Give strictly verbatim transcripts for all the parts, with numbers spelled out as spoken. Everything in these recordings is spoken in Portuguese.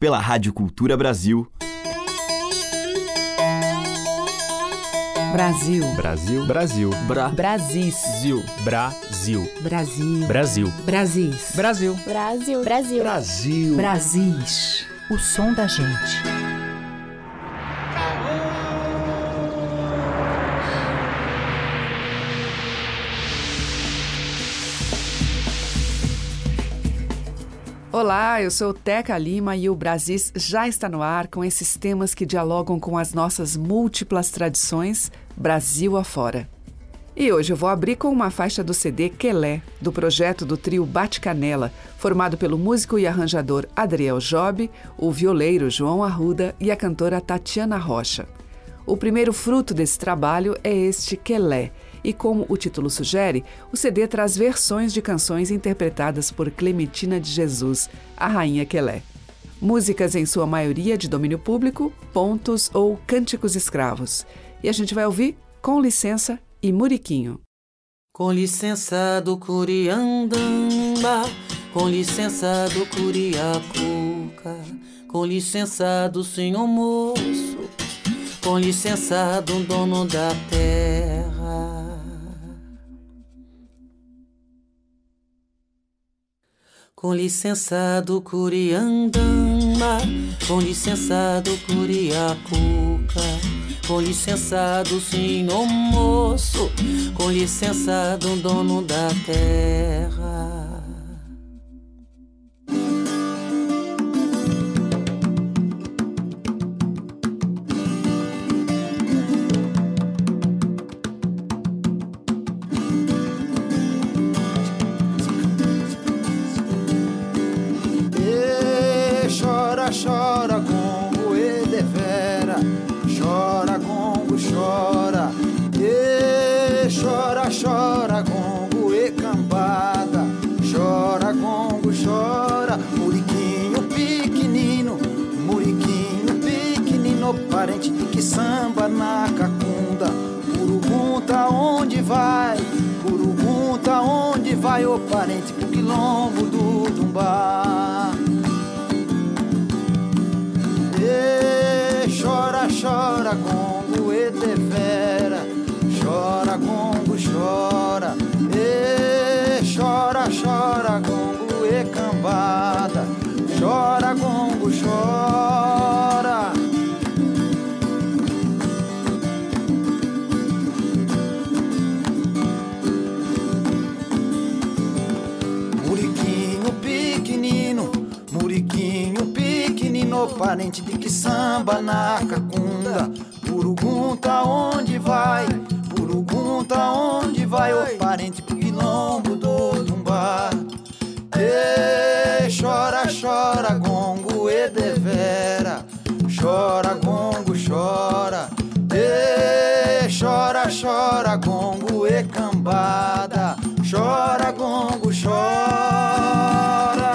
pela Rádio Cultura Brasil. Brasil. Brasil. Brasil. Bra. Brasis. Zil. Brasil. Brasil. Brasil. Brasis. Brasil. Brasil. Brasil. Brasil. Brasis. O som da gente. Olá, eu sou Teca Lima e o Brasis já está no ar com esses temas que dialogam com as nossas múltiplas tradições, Brasil afora. E hoje eu vou abrir com uma faixa do C D Quelé, do projeto do trio Bate Canela, formado pelo músico e arranjador Adriel Job, o violeiro João Arruda e a cantora Tatiana Rocha. O primeiro fruto desse trabalho é este Quelé, e como o título sugere, o C D traz versões de canções interpretadas por Clementina de Jesus, a Rainha Quelé. Músicas em sua maioria de domínio público, pontos ou cânticos escravos. E a gente vai ouvir Com Licença e Muriquinho. Com licença do Curiandamba, com licença do Curiacuca, com licença do senhor moço, com licença do dono da terra. Com licença do Curiandamba, com licença do Curiacuca, com licença do senhor moço, com licença do dono da terra. Chora, Congo, e devera. Chora, Congo, chora. E chora, chora, Congo, e cambada. Chora, Congo, chora. Muriquinho pequenino, Muriquinho pequenino, parente de que samba na cacunda. Urugunta, onde vai? Urugunta, onde vai? Ô parente pro quilombo do Dumbá. E chora, chora, Congo, e devera. Chora, Congo, chora. E chora, chora, Congo, e cambada. Chora, Congo, chora. Muriquinho pequenino, Muriquinho pequenino, parente de que samba na cacunda. Urugunta, onde vai? Urugunta, onde vai? Ô parente pro quilombo do Dumbá. E chora, chora, Gongo, e devera. Chora, Gongo, chora. E chora, chora, Gongo, e cambada. Chora, Gongo, chora.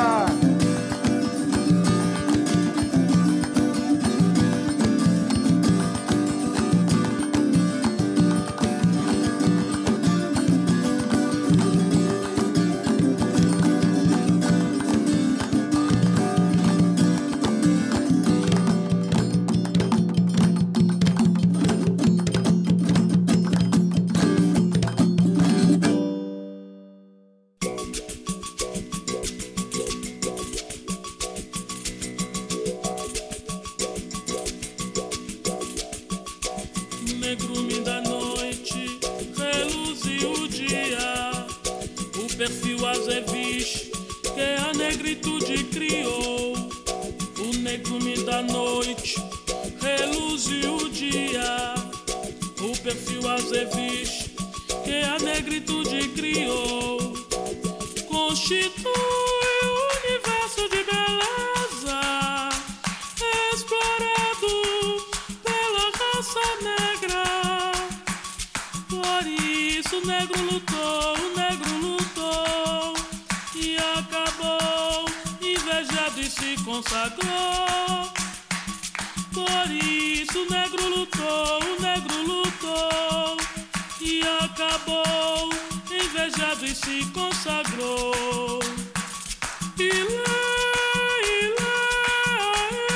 Negrume da noite, reluziu o dia, o perfil azeviche que a negritude criou. O negrume da noite, reluziu o dia, o perfil azeviche que a negritude criou. Constitui o universo de beleza, explorado pela raça negra. Por isso o negro lutou, o negro lutou e acabou, invejado e se consagrou. Por isso o negro lutou, o negro lutou e acabou, invejado e se consagrou. Ilê, ilê,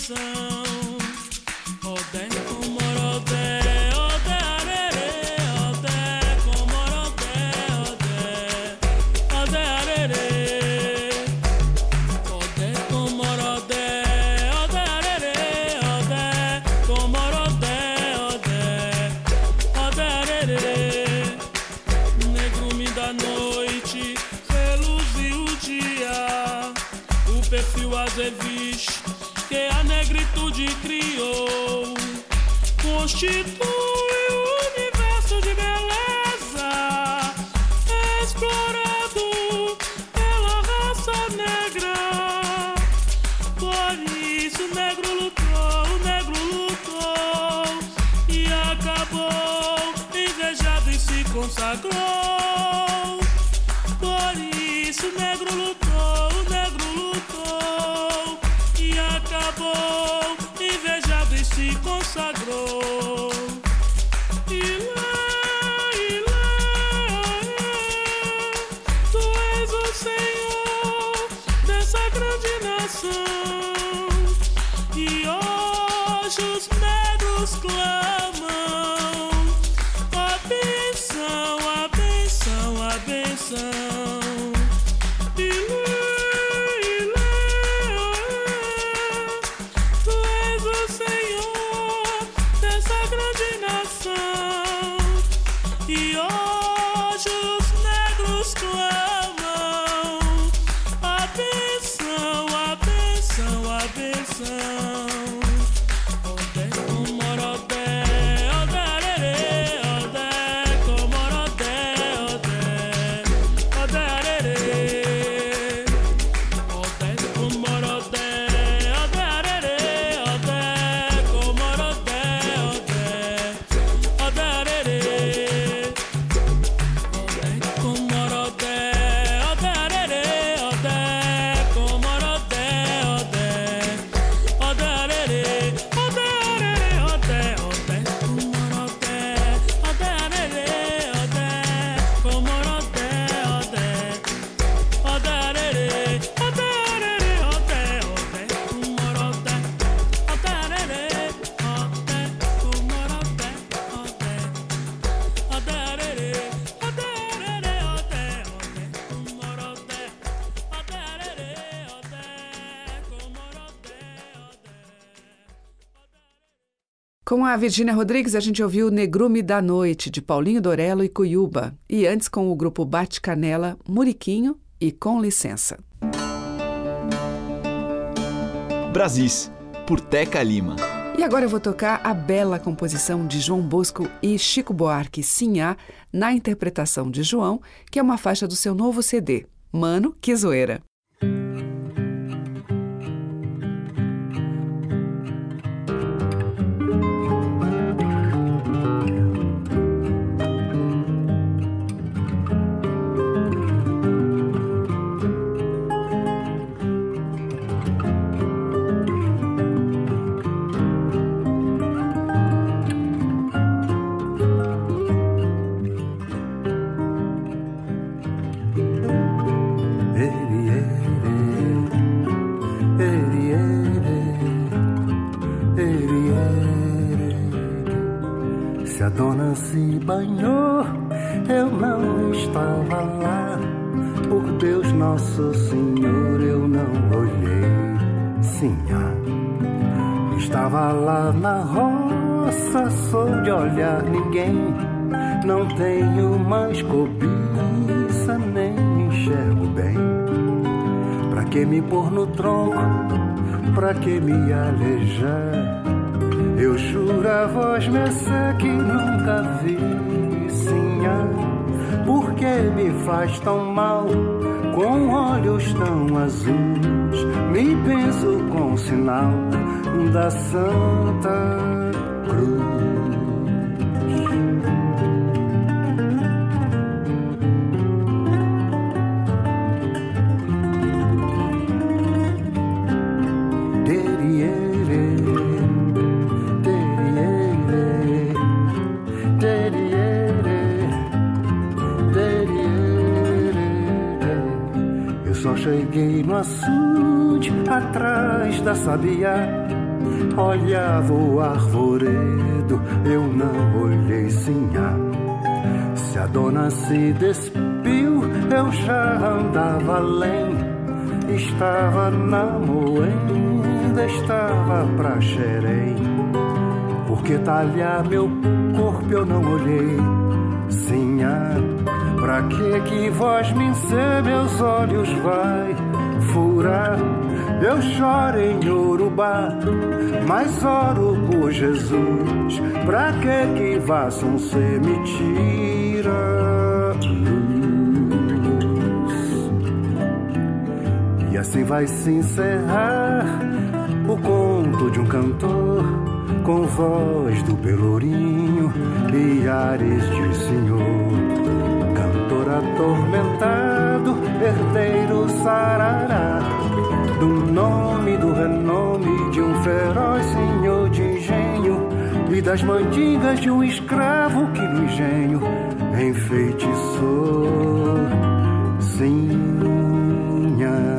Odé como Odé, Odé arerê, Odé como Odé, Odé, Odé arerê. Odé como Odé, Odé arerê, Odé como Odé, Odé, Odé arerê. Negrume da noite, reluziu o dia, o perfil azeviche que a negritude criou, constitui o universo de beleza, explorado pela raça negra. Por isso o negro lutou, o negro lutou e acabou invejado e se consagrou. Por isso o negro lutou, o negro lutou e acabou invejado e se consagrou. Ilê, Ilê, tu és o Senhor dessa grande nação e hoje os negros clamam a benção, a benção, a benção. E hoje os negros clamam a benção, a benção, a benção. Odé como Odé, Odé arerê, Odé como Odé, Odé, Odé arerê. Odé como Odé, Odé arerê, Odé como Odé, Odé, Odé arerê. Com a Virgínia Rodrigues, a gente ouviu Negrume da Noite, de Paulinho Dorello e Cuyuba. E antes, com o grupo Bate Canela, Muriquinho e Com Licença. Brasis, por Teca Lima. E agora eu vou tocar a bela composição de João Bosco e Chico Buarque, Sinhá, na interpretação de João, que é uma faixa do seu novo C D, Mano, Que Zoeira. Se a dona se banhou, eu não estava lá. Por Deus Nosso Senhor, eu não olhei. Sinhá, estava lá na roça, sou de olhar ninguém. Não tenho mais cobiça, nem enxergo bem. Pra que me pôr no tronco, pra que me alejar? Eu juro a vós, mercê, que nunca vi, Sinhá. Por que me faz tão mal, com olhos tão azuis? Me penso com o sinal da Santa Cruz. Cheguei no açude, atrás da sabiá. olhava o arvoredo, eu não olhei, sinhá. Se a dona se despiu, eu já andava além. Estava na moenda, estava pra Xerém. Porque talhar meu corpo eu não olhei, sinhá. Pra que que vós me encer meus olhos vai furar? Eu choro em Urubá, mas oro por Jesus. Pra que que vassam ser me tira luz? E assim vai se encerrar o conto de um cantor, com voz do pelourinho e ares de senhor. Cantor atormentado, herdeiro sarará, do nome, do renome de um feroz senhor de engenho, e das mandingas de um escravo que no engenho enfeitiçou. Sinha.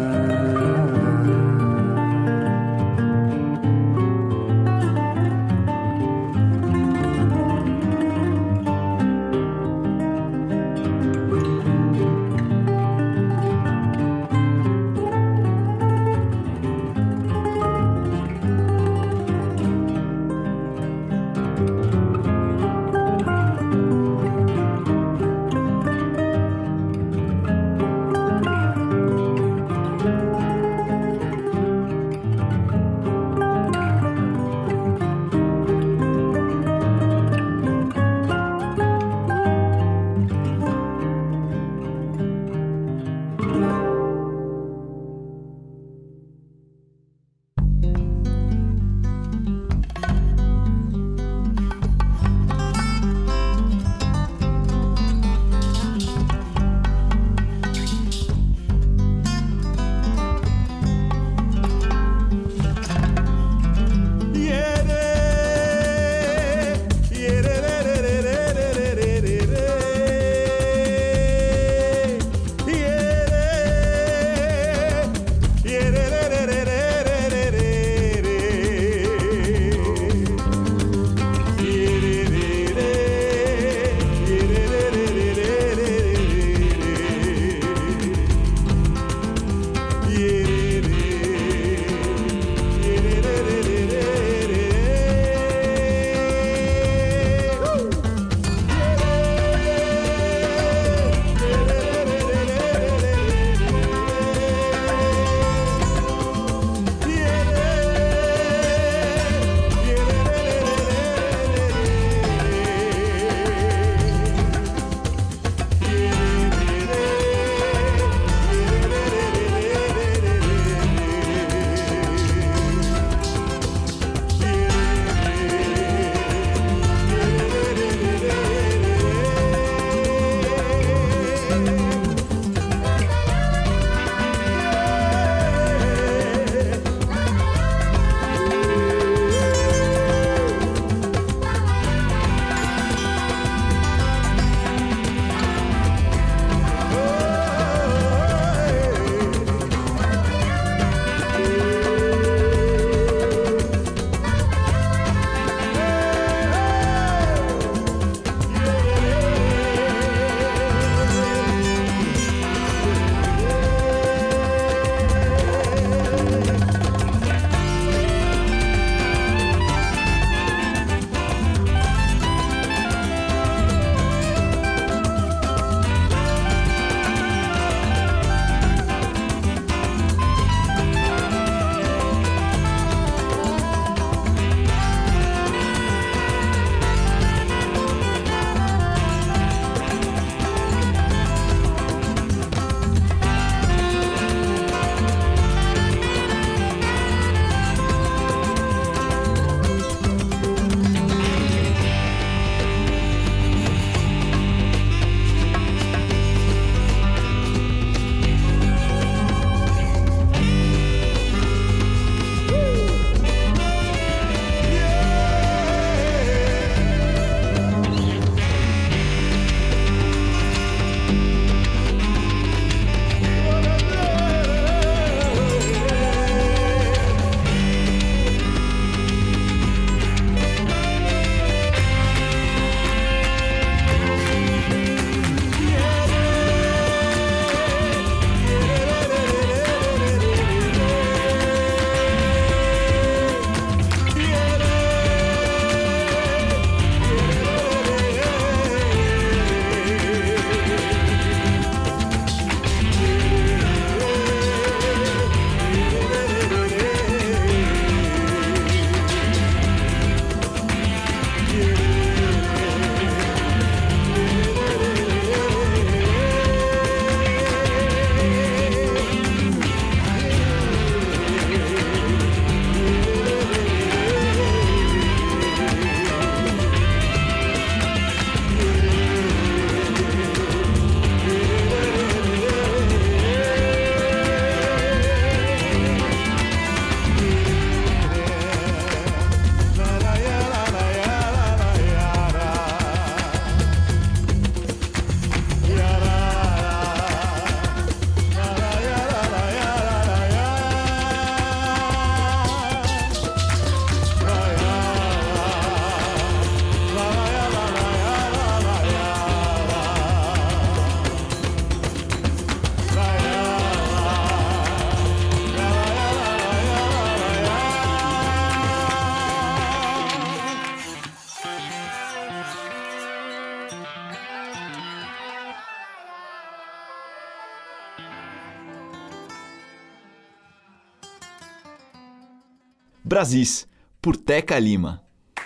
Brasis, por Teca Lima.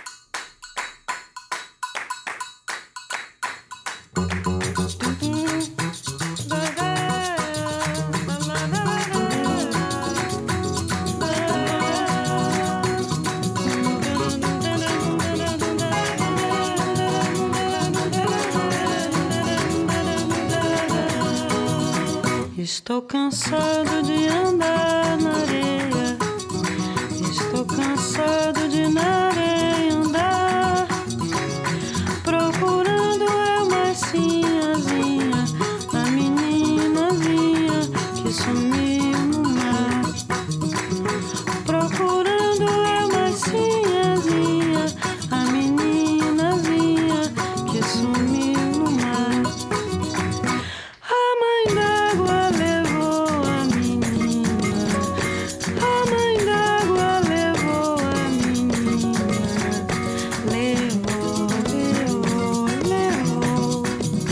Estou cansado de andar na areia. Estou cansado de na areia andar, procurando eu mais sinhazinha, a meninazinha que sumiu no mar. Procurando eu mais sinhazinha, a meninazinha que sumiu no mar. A mãe d'água levou a menina, a mãe d'água levou a menina, levou, levou, levou,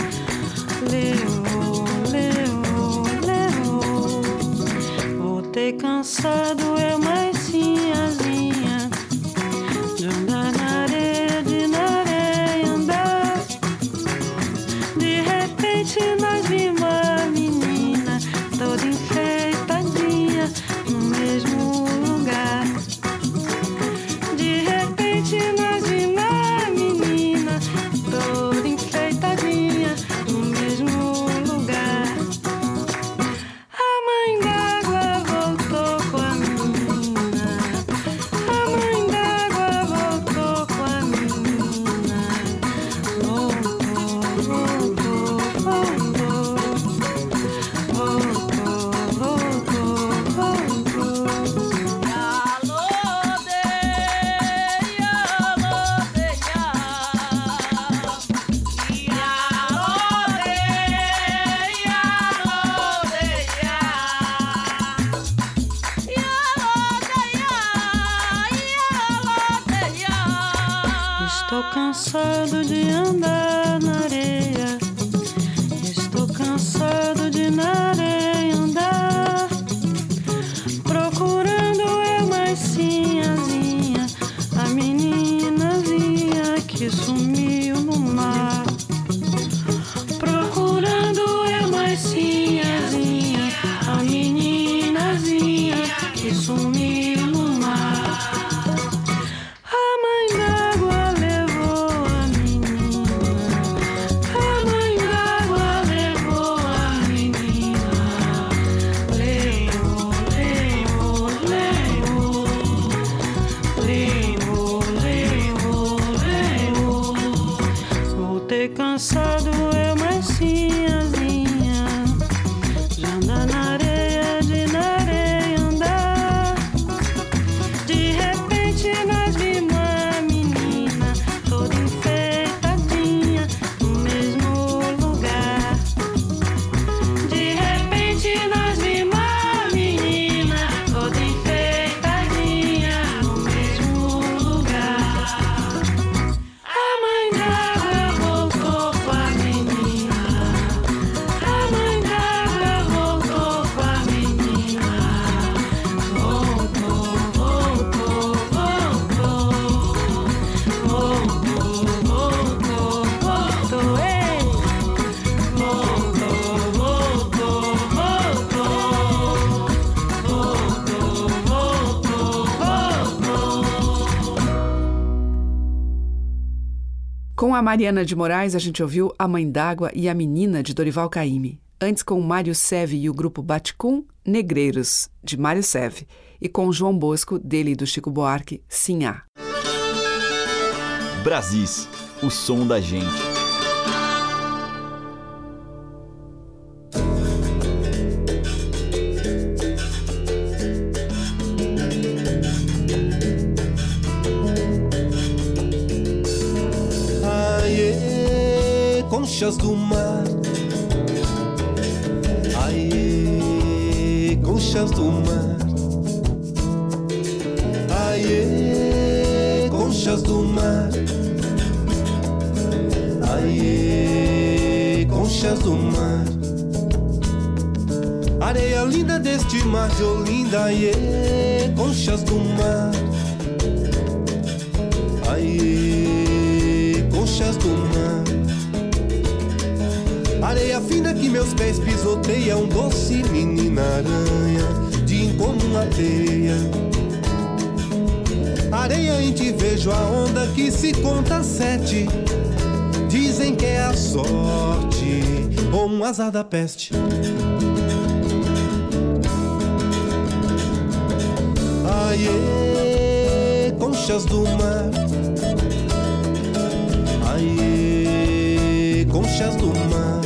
levou, levou, levou. Voltei cansado eu mais sinhazinha, de andar na areia, de na areia andar. De repente nós vimos a menina toda enfeitadinha no mesmo lugar. De repente nós vimos a menina toda enfeitadinha no mesmo lugar. A mãe d'água voltou com a menina, a mãe d'água voltou com a menina. Voltou, voltou, voltou, voltou, voltou, voltou. Estou cansado de andar na areia. Estou cansado de na areia andar, procurando eu mais sinhazinha, a meninazinha que sumiu no mar. Procurando eu mais sinhazinha, a meninazinha que sumiu no mar. A mãe d'água levou a menina, a mãe d'água levou a menina, levou, levou, levou, levou, levou, levou. Voltei cansado eu mais sinhazinha, de andar na areia, de na areia andar. De repente nós vimos a menina toda enfeitadinha no mesmo lugar. De repente nós vimos a menina toda enfeitadinha no mesmo lugar. A mãe d'água voltou com a menina, a mãe d'água voltou com a menina. Voltou, voltou, voltou, voltou, voltou, voltou, ei! Voltou, voltou, voltou, voltou, voltou, voltou. Com a Mariana de Moraes, a gente ouviu A Mãe d'Água e a Menina, de Dorival Caymmi. Antes, com Mário Seve e o grupo Baticum, Negreiros, de Mário Seve. E com João Bosco, dele e do Chico Buarque, Sinhá. Brasis, o som da gente. Aê, conchas do mar. Aê, conchas do mar. Aê, conchas do mar. Aê, conchas do mar. Areia linda deste mar de Olinda, yeah, conchas do mar. Aê, conchas do mar. Areia fina que meus pés pisoteiam, doce menina aranha, de incomum a teia. Areia em ti vejo a onda que se conta sete. Dizem que é a sorte ou um azar da peste. Aê, conchas do mar. Aê, conchas do mar.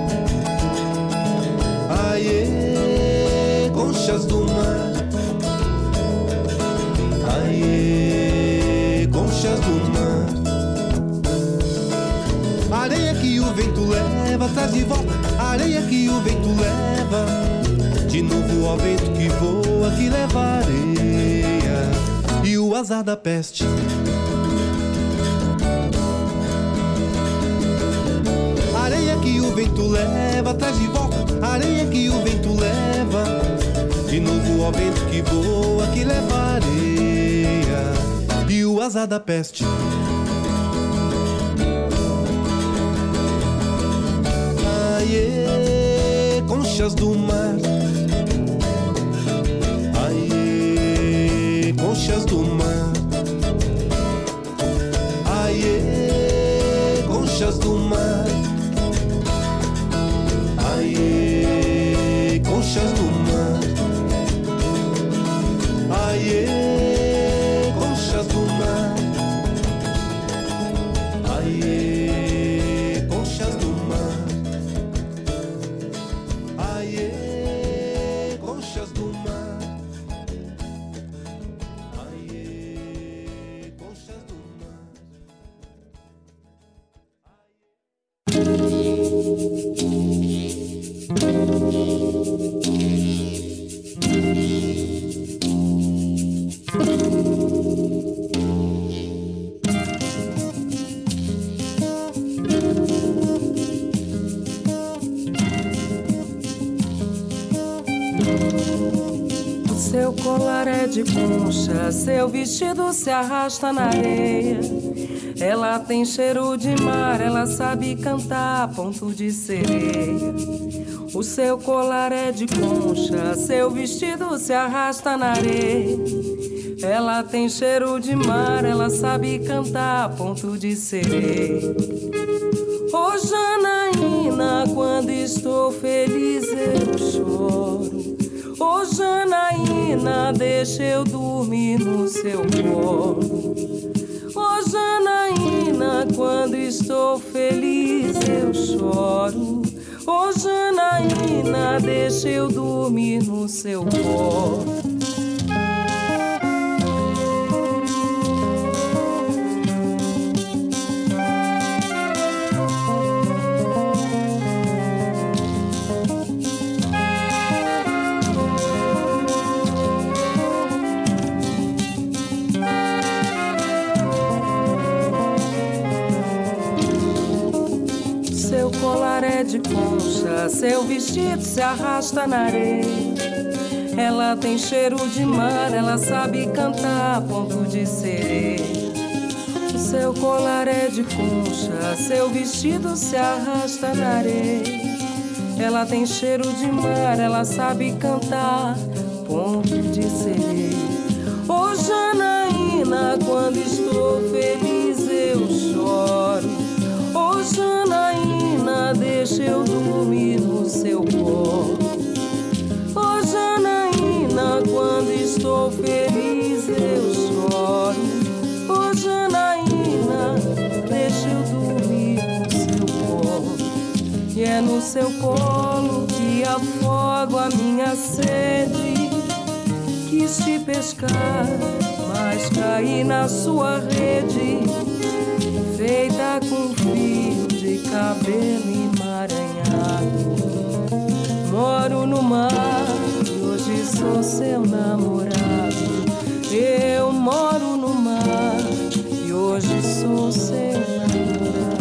Aê, conchas do mar. Aê, conchas do mar. Areia que o vento leva, traz de volta. Areia que o vento leva, de novo ao vento que voa, que leva a areia e o azar da peste. Areia que o vento leva, traz de volta. Areia que o vento leva, de novo ao vento que voa, que leva a areia e o azar da peste. Aê, conchas do mar. Aê, conchas do mar. Aê, conchas do mar. Aê, conchas do mar. Aê, conchas do mar. Aê, conchas do mar. Aê, conchas do mar. Aê, conchas do mar. Seu colar é de concha, seu vestido se arrasta na areia. Ela tem cheiro de mar, ela sabe cantar ponto de sereia. O seu colar é de concha, seu vestido se arrasta na areia. Ela tem cheiro de mar, ela sabe cantar ponto de sereia. Ô Janaína, quando estou feliz eu choro. Ô Janaína, deixa eu dormir no seu colo. Ô Janaína, quando estou feliz eu choro. Ô Janaína, deixa eu dormir no seu colo. De concha, seu vestido se arrasta na areia. Ela tem cheiro de mar, ela sabe cantar ponto de sereia. O seu colar é de concha, seu vestido se arrasta na areia. Ela tem cheiro de mar, ela sabe cantar ponto de sereia. Ô Janaína, quando estou feliz eu choro. Ô Janaína, deixa eu dormir no seu colo. Ô Janaína, quando estou feliz eu choro. Ô Janaína, deixa eu dormir no seu colo. E é no seu colo que afogo a minha sede. Quis te pescar, mas caí na sua rede, feita com fio de cabelo emaranhado. Moro no mar e hoje sou seu namorado. Eu moro no mar e hoje sou seu namorado.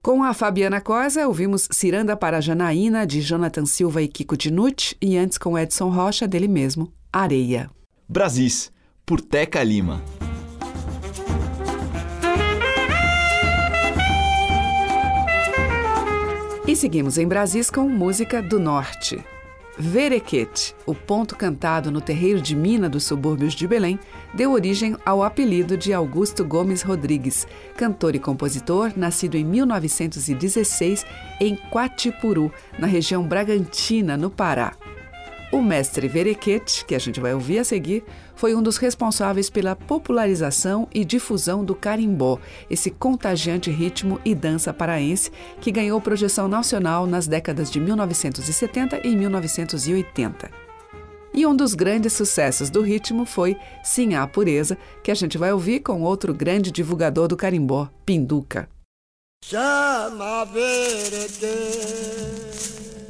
Com a Fabiana Cosa, ouvimos Ciranda para Janaína, de Jonathan Silva e Kiko Dinucci, e antes com Edson Rocha, dele mesmo, Areia. Brasis, por Teca Lima. E seguimos em Brasis com música do Norte. Verequete, o ponto cantado no terreiro de Mina dos subúrbios de Belém, deu origem ao apelido de Augusto Gomes Rodrigues, cantor e compositor nascido em mil novecentos e dezesseis em Quatipuru, na região Bragantina, no Pará. O mestre Verequete, que a gente vai ouvir a seguir, foi um dos responsáveis pela popularização e difusão do carimbó, esse contagiante ritmo e dança paraense que ganhou projeção nacional nas décadas de mil novecentos e setenta e mil novecentos e oitenta. E um dos grandes sucessos do ritmo foi Sinhá Pureza, que a gente vai ouvir com outro grande divulgador do carimbó, Pinduca. Chama Verequete.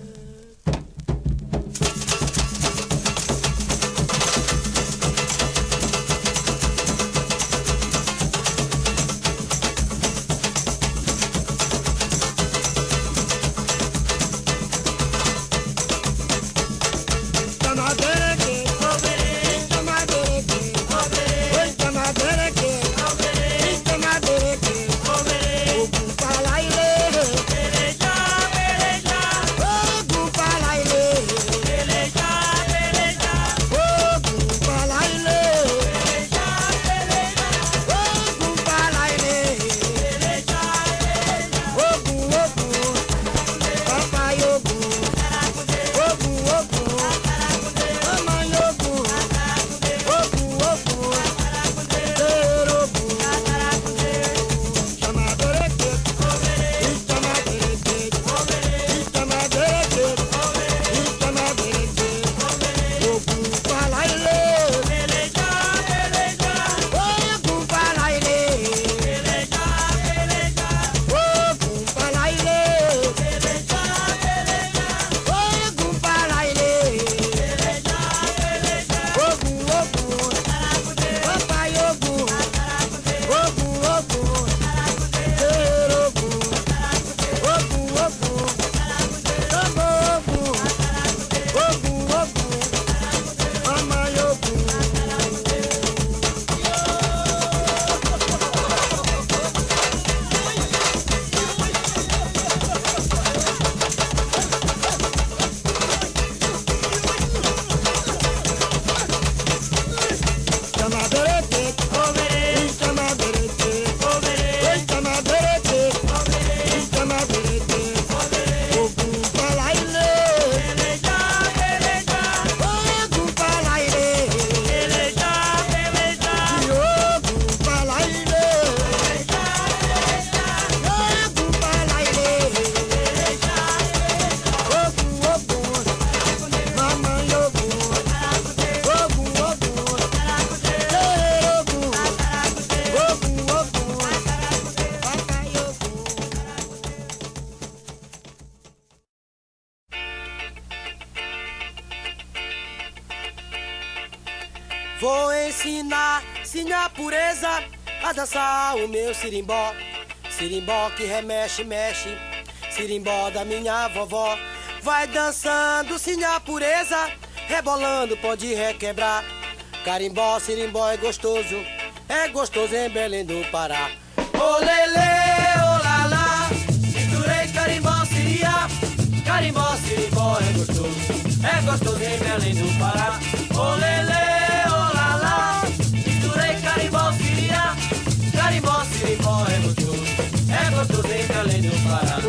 Vou ensinar, Sinhá Pureza, a dançar o meu sirimbó. Sirimbó que remexe, mexe, sirimbó da minha vovó. Vai dançando, Sinhá Pureza, rebolando, pode requebrar. Carimbó, sirimbó é gostoso, é gostoso em Belém do Pará. Ô lelê, ô lalá, misturei carimbó, siriá. Carimbó, sirimbó é gostoso, é gostoso em Belém do Pará. Ô lelê, ô lalá, misturei carimbó, siriá. Carimbó, sirimbó é gostoso, é gostoso em Belém do Pará.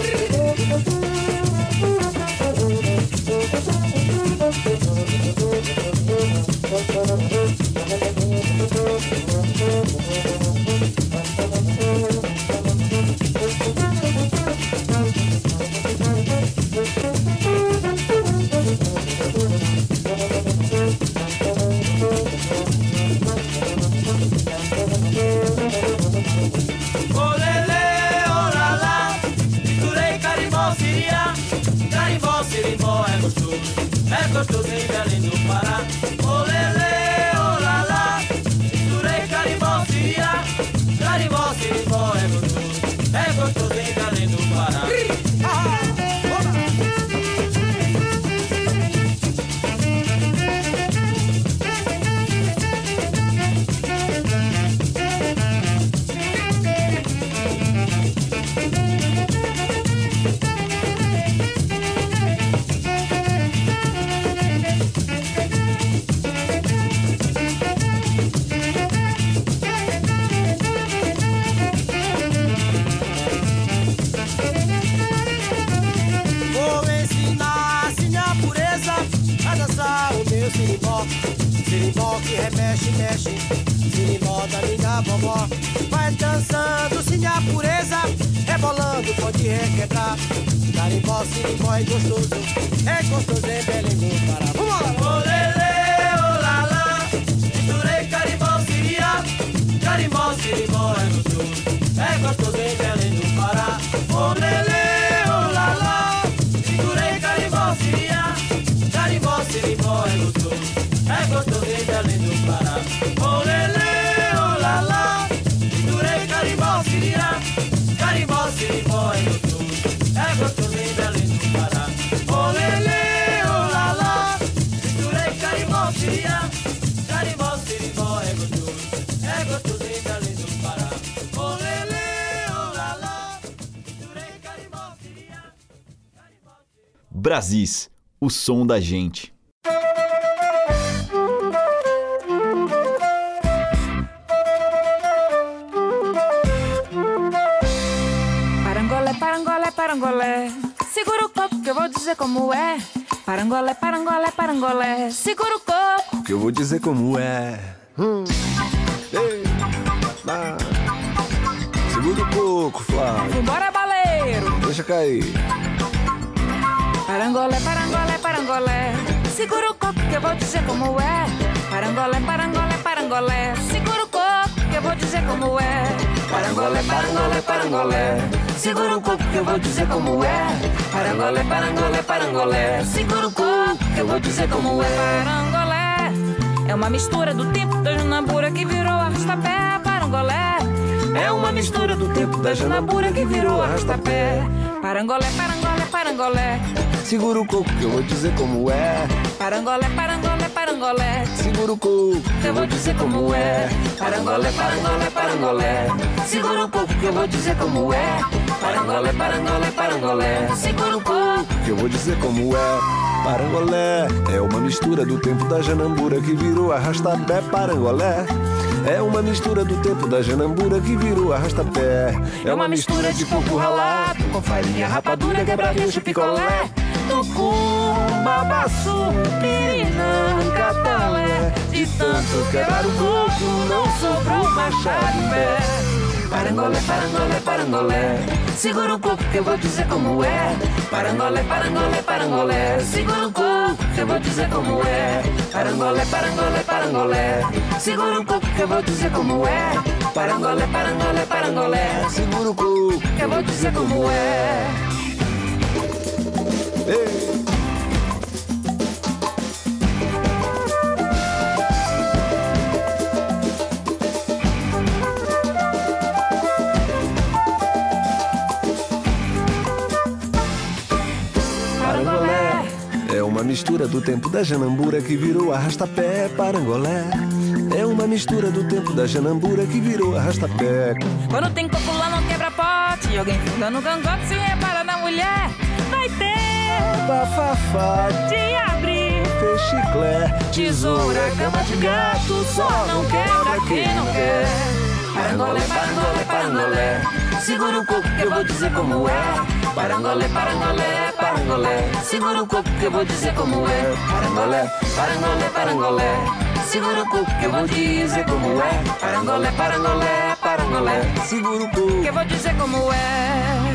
remexe. Sirimbó da minha vovó. Vai dançando, sim, a pureza. Rebolando, pode requebrar. Carimbó, sirimbó é gostoso. É gostoso em Belém do Pará. Vamos lá! Olele, olala. Misturei carimbó, siria. Carimbó, sirimbó é gostoso. É gostoso em Belém do Pará. Olele, olala. Misturei carimbó, siria. Carimbó, sirimbó é gostoso. É gostoso em Belém do Pará. Olele, olala. Misturei carimbó, siria. Carimbó, sirimbó é gostoso. É gostoso em Belém do Pará. Olele, olala. Misturei carimbó, siria. Carimbó, sirimbó é gostoso. É gostoso em Belém do Pará. Olele, olala. Misturei carimbó, siria. Brasis, o som da gente. Parangolé, parangolé, parangolé, segura o coco que eu vou dizer como é. Parangolé, parangolé, parangolé, segura o coco que eu vou dizer como é. Hum. Ei, ah. Segura o coco, Flávio. Vambora, baleiro. Deixa cair. Parangolé, parangolé, parangolé, segura o coco que eu vou dizer como é. Parangolé, parangolé, parangolé, segura o coco que eu vou dizer como é. Parangolé, parangolé, parangolé, segura o coco que eu vou dizer como é. Parangolé, parangolé, parangolé, segura o coco que eu vou dizer como é. Parangolé é uma mistura do tempo da Janambura que virou arrastapé. Parangolé é uma mistura do tempo da Janambura que virou arrastapé. Parangolé, parangolé, parangolé, segura o coco que eu vou dizer como é. Parangolé, parangolé, parangolé, segura o coco que eu vou dizer como é. Parangolé, parangolé, parangolé, segura o coco que eu vou dizer como é. Parangolé, parangolé, parangolé, segura o coco que eu vou dizer como é. Parangolé é uma mistura do tempo da Janambura que virou arrastapé. Parangolé é uma mistura do tempo da Janambura que virou arrastapé. É uma mistura de coco ralado com farinha, rapadura, quebra-queixo, picolé, tucum, babaçu, pirinã, catalé. De tanto quebrar o coco não sobrou machado em pé. Parangolé, parangolé, parangolé, segura o coco que eu vou dizer como é. Parangolé, parangolé, parangolé, segura o coco que eu vou dizer como é. Parangolé, parangolé, parangolé, segura o coco que eu vou dizer como é. Parangolé, parangolé, parangolé, segura o coco que eu vou dizer como é. Ei. Uma mistura do tempo da Janambura que virou arrastapé. Parangolé é uma mistura do tempo da Janambura que virou arrastapé. Quando tem coco lá não quebra pote e alguém funda no cangote se repara na mulher. Vai ter bafafá de abrir chiclé, tesoura, cama de gato, só não quebra quem não quer. Parangolé, parangolé, parangolé, segura o coco que eu vou dizer como é. Parangolé, parangolé, parangolé, segura o coco que eu vou dizer como é. Parangolé, parangolé, parangolé, segura o coco que eu vou dizer como é. Parangolé, parangolé, parangolé, segura o coco que eu vou dizer como é.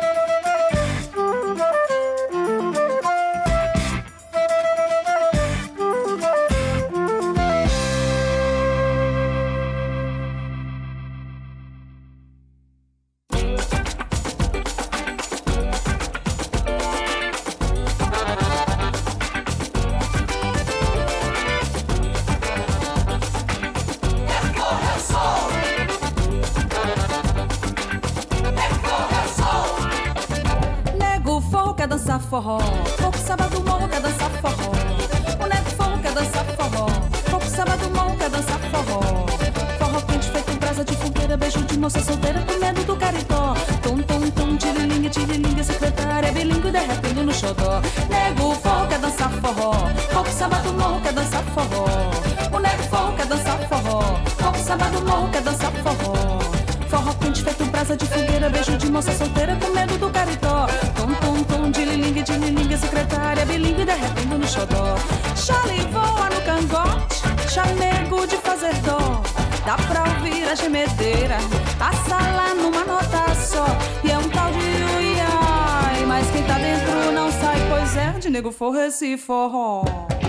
Forró, coco sábado morro quer dançar forró. O nego forró quer dançar forró. Coco sábado morro quer dançar forró. Forró quente feito brasa de fogueira, beijo de moça solteira com medo do caritó. Tom, tom, tom, tirilinga, tirilinga, secretária bilíngue derretendo no xodó. Nego forró quer dançar forró. Coco sábado morro quer dançar forró. O nego forró quer dançar forró. Coco sábado morro quer dançar forró. Forró quente feito brasa de fogueira, beijo de moça solteira com medo do caritó. Tom, tom, tom, de lilingue, de lilingue, secretária bilíngue derretendo no xodó. Chale voa no cangote, chamego de fazer dó. vira gemedeira, a sala numa nota só, e é um tal de uiai, mas quem tá dentro não sai, pois é, de nego forro esse forró.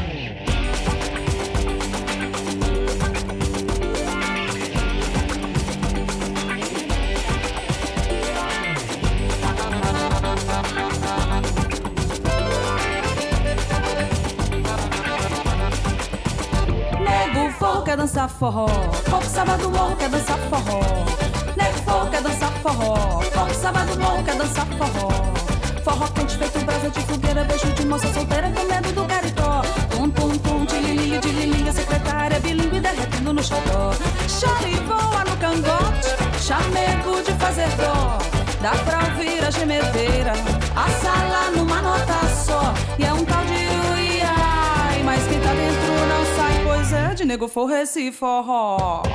Quer dançar forró, pouco sábado morro quer dançar forró. Nego forró quer dançar forró, pouco sábado morro quer dançar forró. Forró quente feito brasa de fogueira, beijo de moça solteira com medo do caritó. Tum tum tum, de lilinha, de lilinha, secretária bilíngue derretendo no xodó. Chore voa no cangote, chamego de fazer dó. Dá pra ouvir a gemedeira, a sala numa nota só, e é um tal de uiai, mas quem tá dentro não sai, pois é, de nego forro esse forró.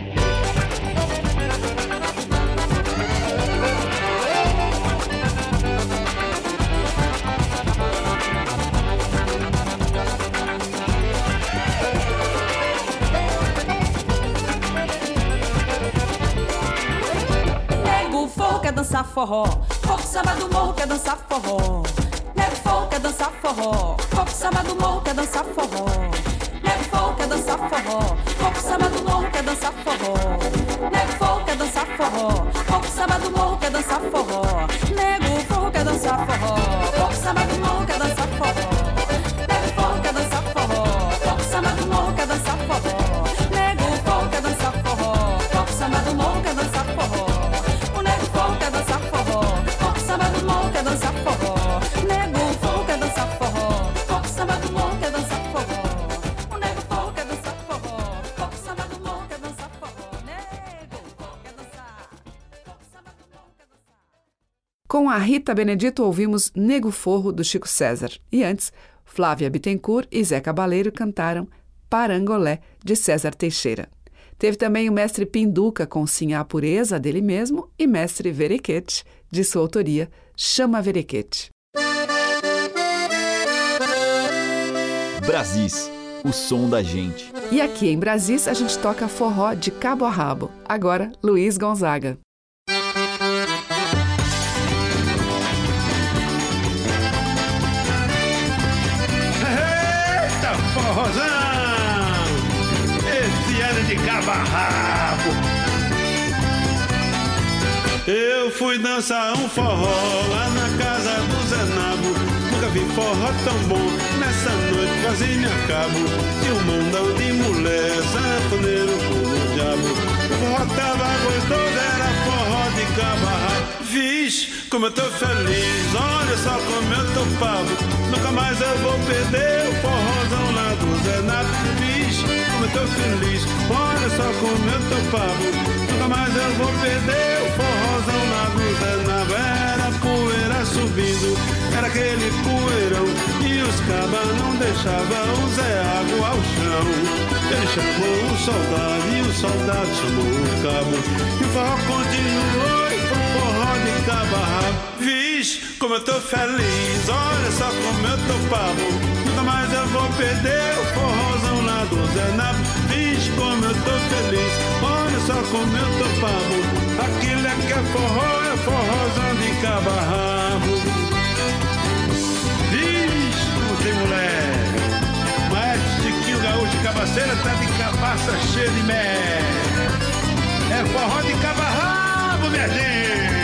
Quer dançar forró, pouco sábado morro quer dançar forró. Nego forró quer dançar forró, pouco sábado morro quer dançar forró. Nego forró quer dançar forró, pouco sábado morro quer dançar forró. Nego forró quer dançar forró, pouco sábado morro quer dançar forró. Nego forró quer dançar forró, pouco sábado morro quer dançar forró. Nego forró quer dançar forró, pouco sábado morro quer dançar forró. Nego forró quer dançar forró, pouco sábado morro quer dançar forró. Quer dançar forró, pouco sábado morro quer dançar forró. Nego forró quer dançar forró, pouco sábado morro quer dançar forró. O nego forró quer dançar forró, pouco sábado morro quer dançar forró. Nego forró quer dançar, pouco sábado morro quer dançar. Com a Rita Benedito ouvimos Nego Forro do Chico César e antes Flávia Bittencourt e Zé Cabaleiro cantaram Parangolé de César Teixeira. Teve também o mestre Pinduca com Sinha a Pureza, dele mesmo, e mestre Verequete, de sua autoria, Chama Verequete. Brasis, o som da gente. E aqui em Brasis a gente toca forró de cabo a rabo. Agora, Luiz Gonzaga. Eita, forrozão! De cabo a rabo. Eu fui dançar um forró lá na casa do Zé Nabo. Nunca vi forró tão bom, nessa noite quase me acabo. Tinha um mondão de mulher, sanfoneiro como o diabo. O forró tava gostoso, era forró de cabo a rabo. Vixe, como eu tô feliz, olha só como eu tô pavo. Nunca mais eu vou perder o forrozão lá do Zé Nabo. Vixe, como eu tô feliz, olha só como eu tô pavo. Nunca mais eu vou perder o forrozão lá do Zé Nabo. Era poeira subindo, era aquele poeirão, e os cabas não deixavam o Zé Água ao chão. Ele chamou o soldado e o soldado chamou o cabo, e o forró continuou e foi forró de cabo a rabo. Vixe, como eu tô feliz, olha só como eu tô pavo. Nunca mais eu vou perder o forrozão lá do Zé Nabo. Vixe, como eu tô feliz, olha só como eu tô pavo. Aquilo é que é forró, é forrozão de cabo a rabo. Vixe, como tem mulher. Maestro Chiquinho Gaúcho de Cabaceira tá de cabaça cheia de mé. É forró de cabo a rabo, minha gente.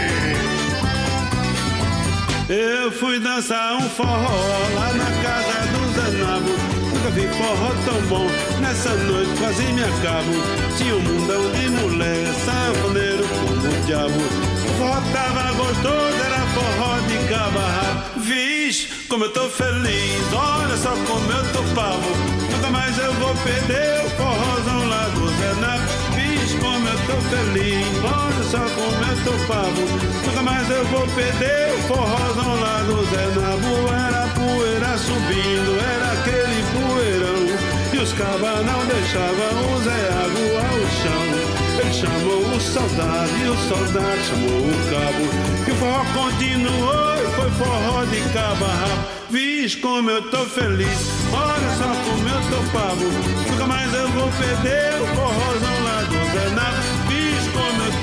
Eu fui dançar um forró lá na casa do Zé Nabo. Nunca vi forró tão bom, nessa noite quase me acabo. Tinha um mundão de mulher, sanfoneiro como o diabo. O forró tava gostoso, era forró de cabo a rabo. Vixe, como eu tô feliz, olha só como eu tô pavo. Nunca mais eu vou perder o forrozão lá do Zé Nabo. Vixe, como eu tô feliz, olha só como eu tô pavo. Nunca mais eu vou perder o forrozão lá do Zé Nabo. Era poeira subindo, era aquele poeirão, e os cabas não deixavam o Zé Água ao chão. Ele chamou o soldado e o soldado chamou o cabo, e o forró continuou e foi forró de cabo a rabo. Vixe, como eu tô feliz, olha só como eu tô pavo. Nunca mais eu vou perder o forrozão lá do Zé Nabo.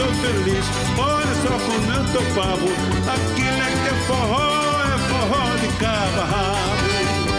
sou feliz. Olha só como eu tô pavo, aquilo é que é forró, é forró de cabo a rabo.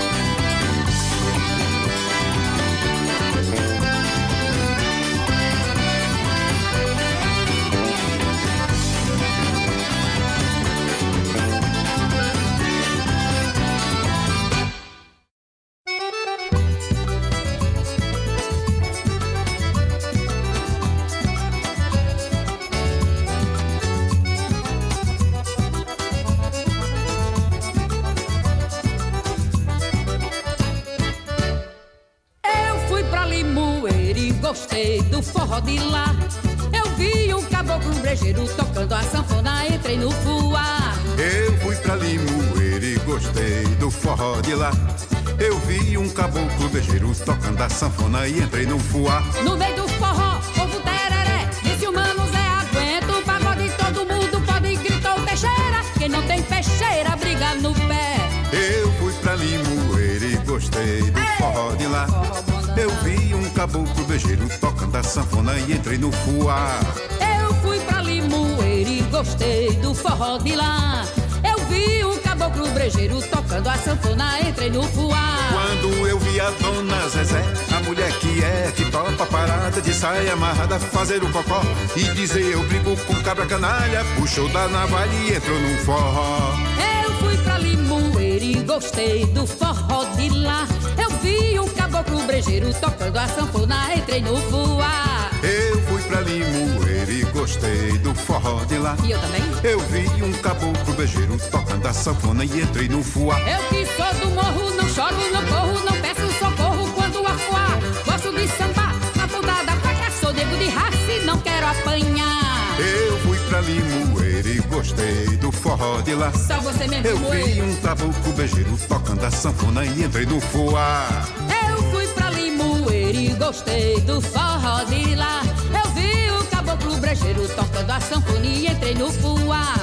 Gostei do forró de lá. Eu vi um caboclo brejeiro tocando a sanfona, entrei no fuá. Eu fui pra Limoeiro e gostei do forró de lá. Eu vi um caboclo brejeiro tocando a sanfona e entrei no fuá. No meio do forró, povo tereré, disse o mano Zé, aguenta o pagode, todo mundo pode, gritou Teixeira. Quem não tem peixeira, briga no pé. Eu fui pra Limoeiro e gostei do forró de lá. Eu vi um caboclo brejeiro tocando a sanfona e entrei no fuá. Eu fui pra Limoeiro e gostei do forró de lá. Eu vi um caboclo brejeiro tocando a sanfona, entrei no fuá. Quando eu vi a dona Zezé, a mulher que é que topa parada de saia amarrada, fazer o cocó e dizer eu brigo com cabra canalha, puxou da navalha e entrou no forró. Eu fui pra Limoeiro e gostei do forró de lá. Eu vi um caboclo brejeiro tocando a sanfona, entrei no fuá. Eu fui pra Limoeiro e gostei do forró de lá. E eu também. Eu vi um caboclo brejeiro tocando a sanfona e entrei no fuá. Eu que sou do morro, não choro, não corro, não peço socorro quando afuar. Gosto de sambar, na ponta da faca, sou nego de raça e não quero apanhar. Eu fui pra Limoeiro e gostei do forró de lá. Só você mesmo. Eu vi um caboclo brejeiro tocando a sanfona e entrei no fuá. Eu fui pra Limoeiro e gostei do forró de lá. Eu vi o caboclo brejeiro tocando a sanfona e entrei no fuá.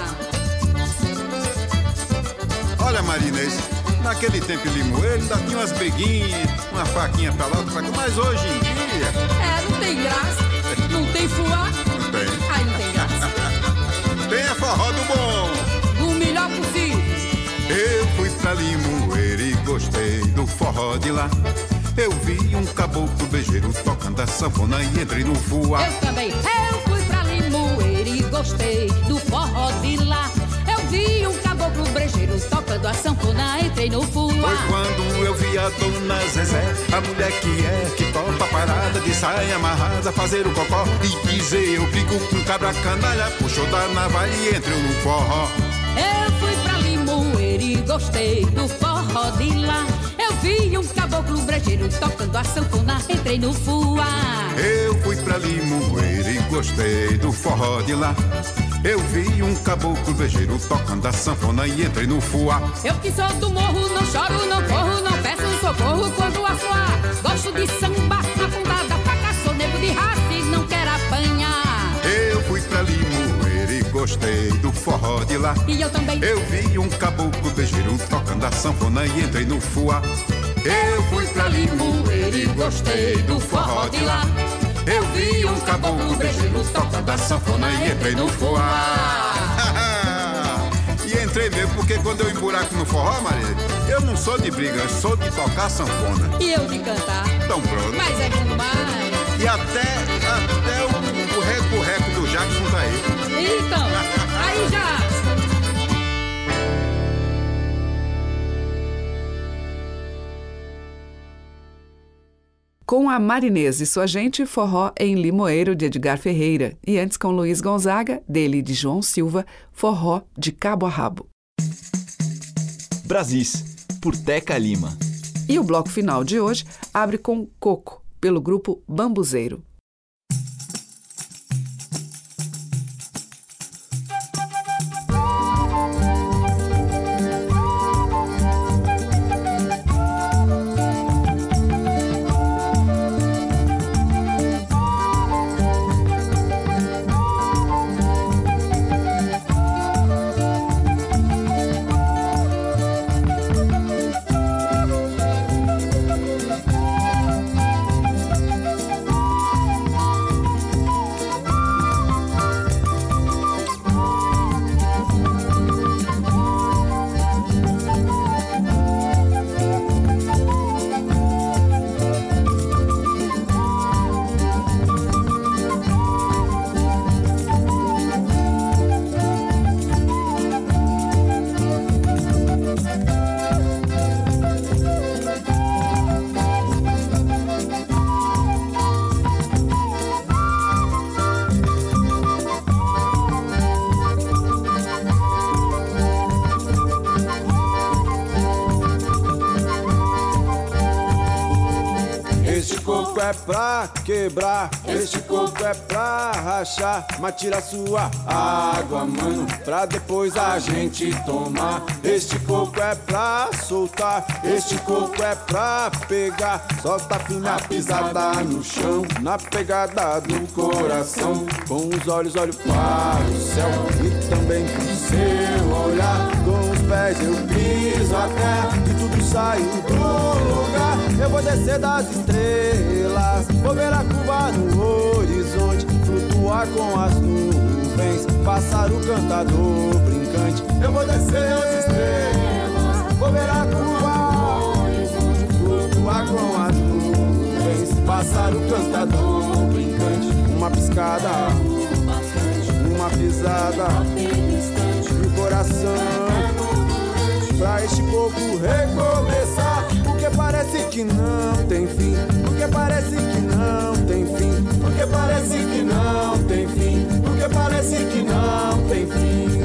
Olha, Marinês, naquele tempo em Limoeiro ainda tinha umas briguinhas, uma faquinha pra lá, outra pra cá, mas hoje em dia... É, não tem graça, não tem fuá. Não tem. Ai, não tem graça. Tem a forró do bom. O melhor possível. Eu fui pra Limoeiro e gostei do forró de lá. Eu vi um caboclo brejeiro tocando a sanfona e entrei no fuá. Eu também. Eu fui pra Limoeiro e gostei do forró de lá. Eu vi um caboclo brejeiro tocando a sanfona, entrei no fuá. Foi quando eu vi a dona Zezé, a mulher que é que topa parada de saia amarrada, fazer o cocó e dizer eu brigo com cabra canalha, puxou da navalha e entrou no forró. Eu fui pra Limoeiro e gostei do forró de lá. Eu vi um caboclo brejeiro tocando a sanfona, entrei no fuá. Eu fui pra Limoeiro e gostei do forró de lá. Eu vi um caboclo brejeiro tocando a sanfona e entrei no fuá. Eu que sou do morro, não choro, não corro, não peço socorro quando afuar. Gosto de sambar na ponta da faca, sou nego de raça e não quero apanhar. Eu fui pra Limoeiro e gostei do forró de lá. E eu também. Eu vi um caboclo brejeiro tocando a sanfona e entrei no fuá. Eu fui pra Limoeiro e gostei do forró de lá. Eu vi um caboclo brejeiro tocando a sanfona e entrei no fuá. E entrei mesmo, porque quando eu emburaco no forró, Maria, eu não sou de briga, eu sou de tocar sanfona. E eu de cantar. Então pronto. Mas é bom demais. E até, até o, o reco-reco do Jackson tá aí. Então, aí já. Com a Marinês e sua gente, forró em Limoeiro, de Edgar Ferreira. E antes com Luiz Gonzaga, dele e de João Silva, forró de cabo a rabo. Brasis, por Teca Lima. E o bloco final de hoje abre com Coco, pelo grupo Bambuzeiro. coco é pra quebrar, este coco é pra rachar. Mas tira sua água, mano, pra depois a gente tomar. Este coco é pra soltar, este coco é pra pegar. Solta firme a pisada no chão, na pegada do coração. Com os olhos olho para o céu e também pro seu olhar. Com os pés eu piso a terra e tudo saiu do lugar. Eu vou descer das estrelas, vou ver a curva no horizonte, flutuar com as nuvens, pássaro cantador brincante. Eu vou descer das estrelas, vou ver a curva no horizonte, flutuar com as nuvens, pássaro cantador brincante. Uma piscada, uma pisada no coração, pra este coco recomeçar. Porque parece que não tem fim, porque parece que não tem fim, porque parece que não tem fim, porque parece que não tem fim.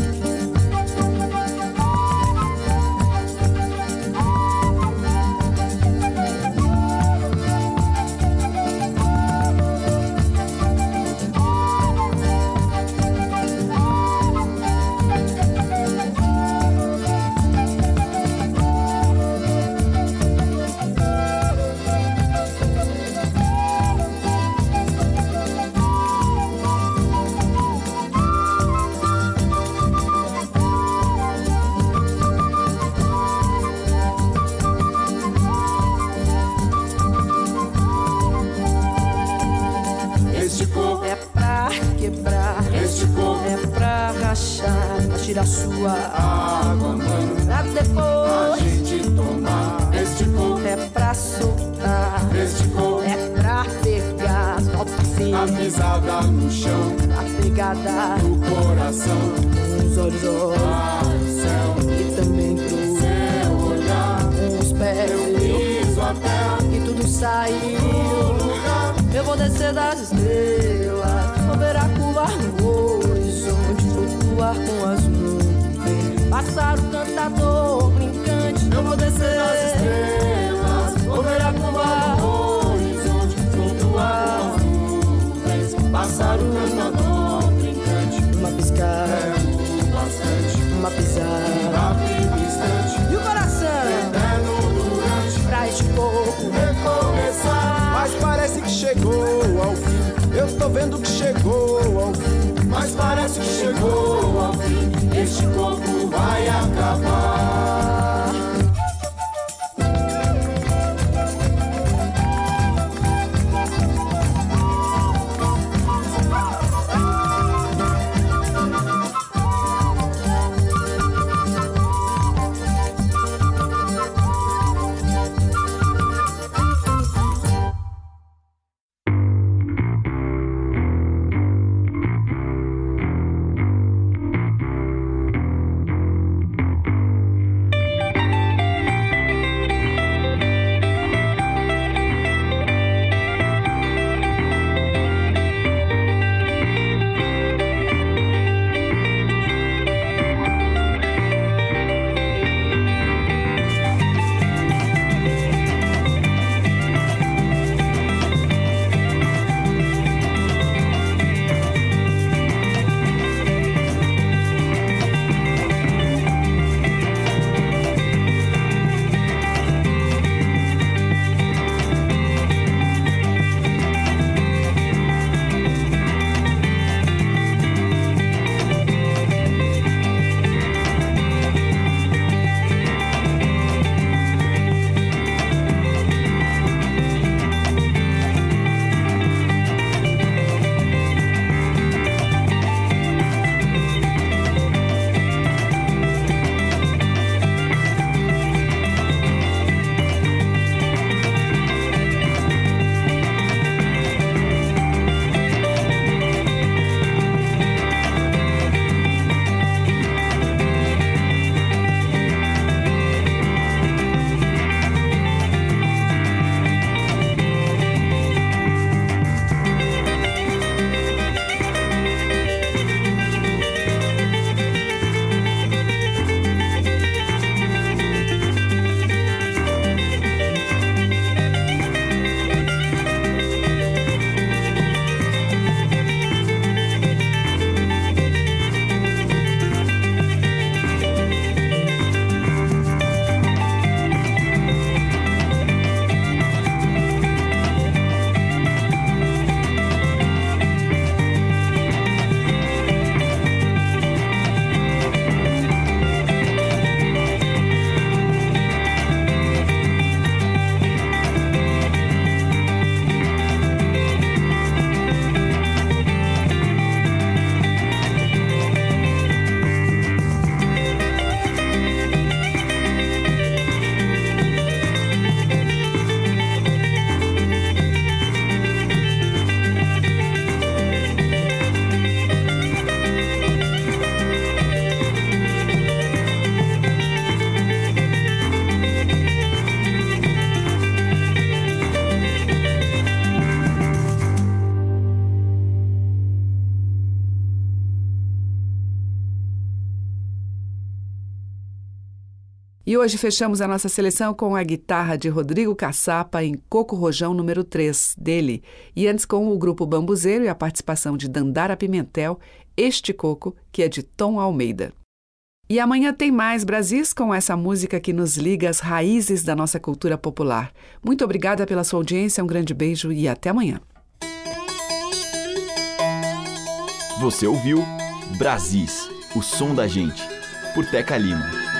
Tira sua água, mano, pra depois a gente tomar. Este coco é pra soltar, este coco é pra pegar. Solta assim a pisada no chão, a pegada do coração. Com os olhos para o céu e também pro seu olhar. Com os pés eu piso a terra e tudo saiu do lugar. Eu vou descer das estrelas, vou ver a curva no horizonte, flutuar com as nuvens, pássaro cantador brincante. Eu vou descer das estrelas, vou ver a curva no horizonte, flutuar com as nuvens, pássaro cantador brincante. Uma piscada, é bastante, uma pisada rápido instante, e o coração eterno durante, pra este coco recomeçar. Mas parece que chegou ao fim, eu tô vendo que chegou ao fim. Mas parece que chegou ao fim, este coco vai acabar. E hoje fechamos a nossa seleção com a guitarra de Rodrigo Caçapa em Coco Rojão número três, dele. E antes com o grupo Bambuzeiro e a participação de Dandara Pimentel, Este Coco, que é de Tom Almeida. E amanhã tem mais Brasis com essa música que nos liga às raízes da nossa cultura popular. Muito obrigada pela sua audiência, um grande beijo e até amanhã. Você ouviu Brasis, o som da gente, por Teca Lima.